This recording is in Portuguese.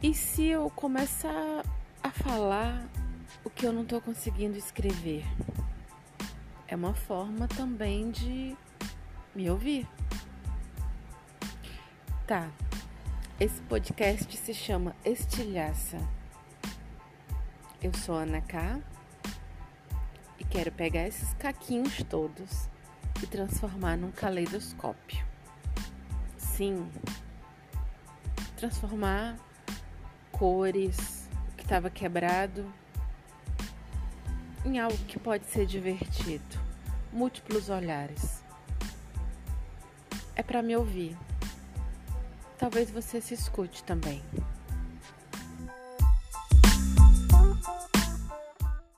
E se eu começar a falar o que eu não estou conseguindo escrever? É uma forma também de me ouvir. Tá, esse podcast se chama Estilhaça. Eu sou a Ana K e quero pegar esses caquinhos todos e transformar num caleidoscópio. Sim, transformar cores, o que estava quebrado, em algo que pode ser divertido, múltiplos olhares. É para me ouvir. Talvez você se escute também.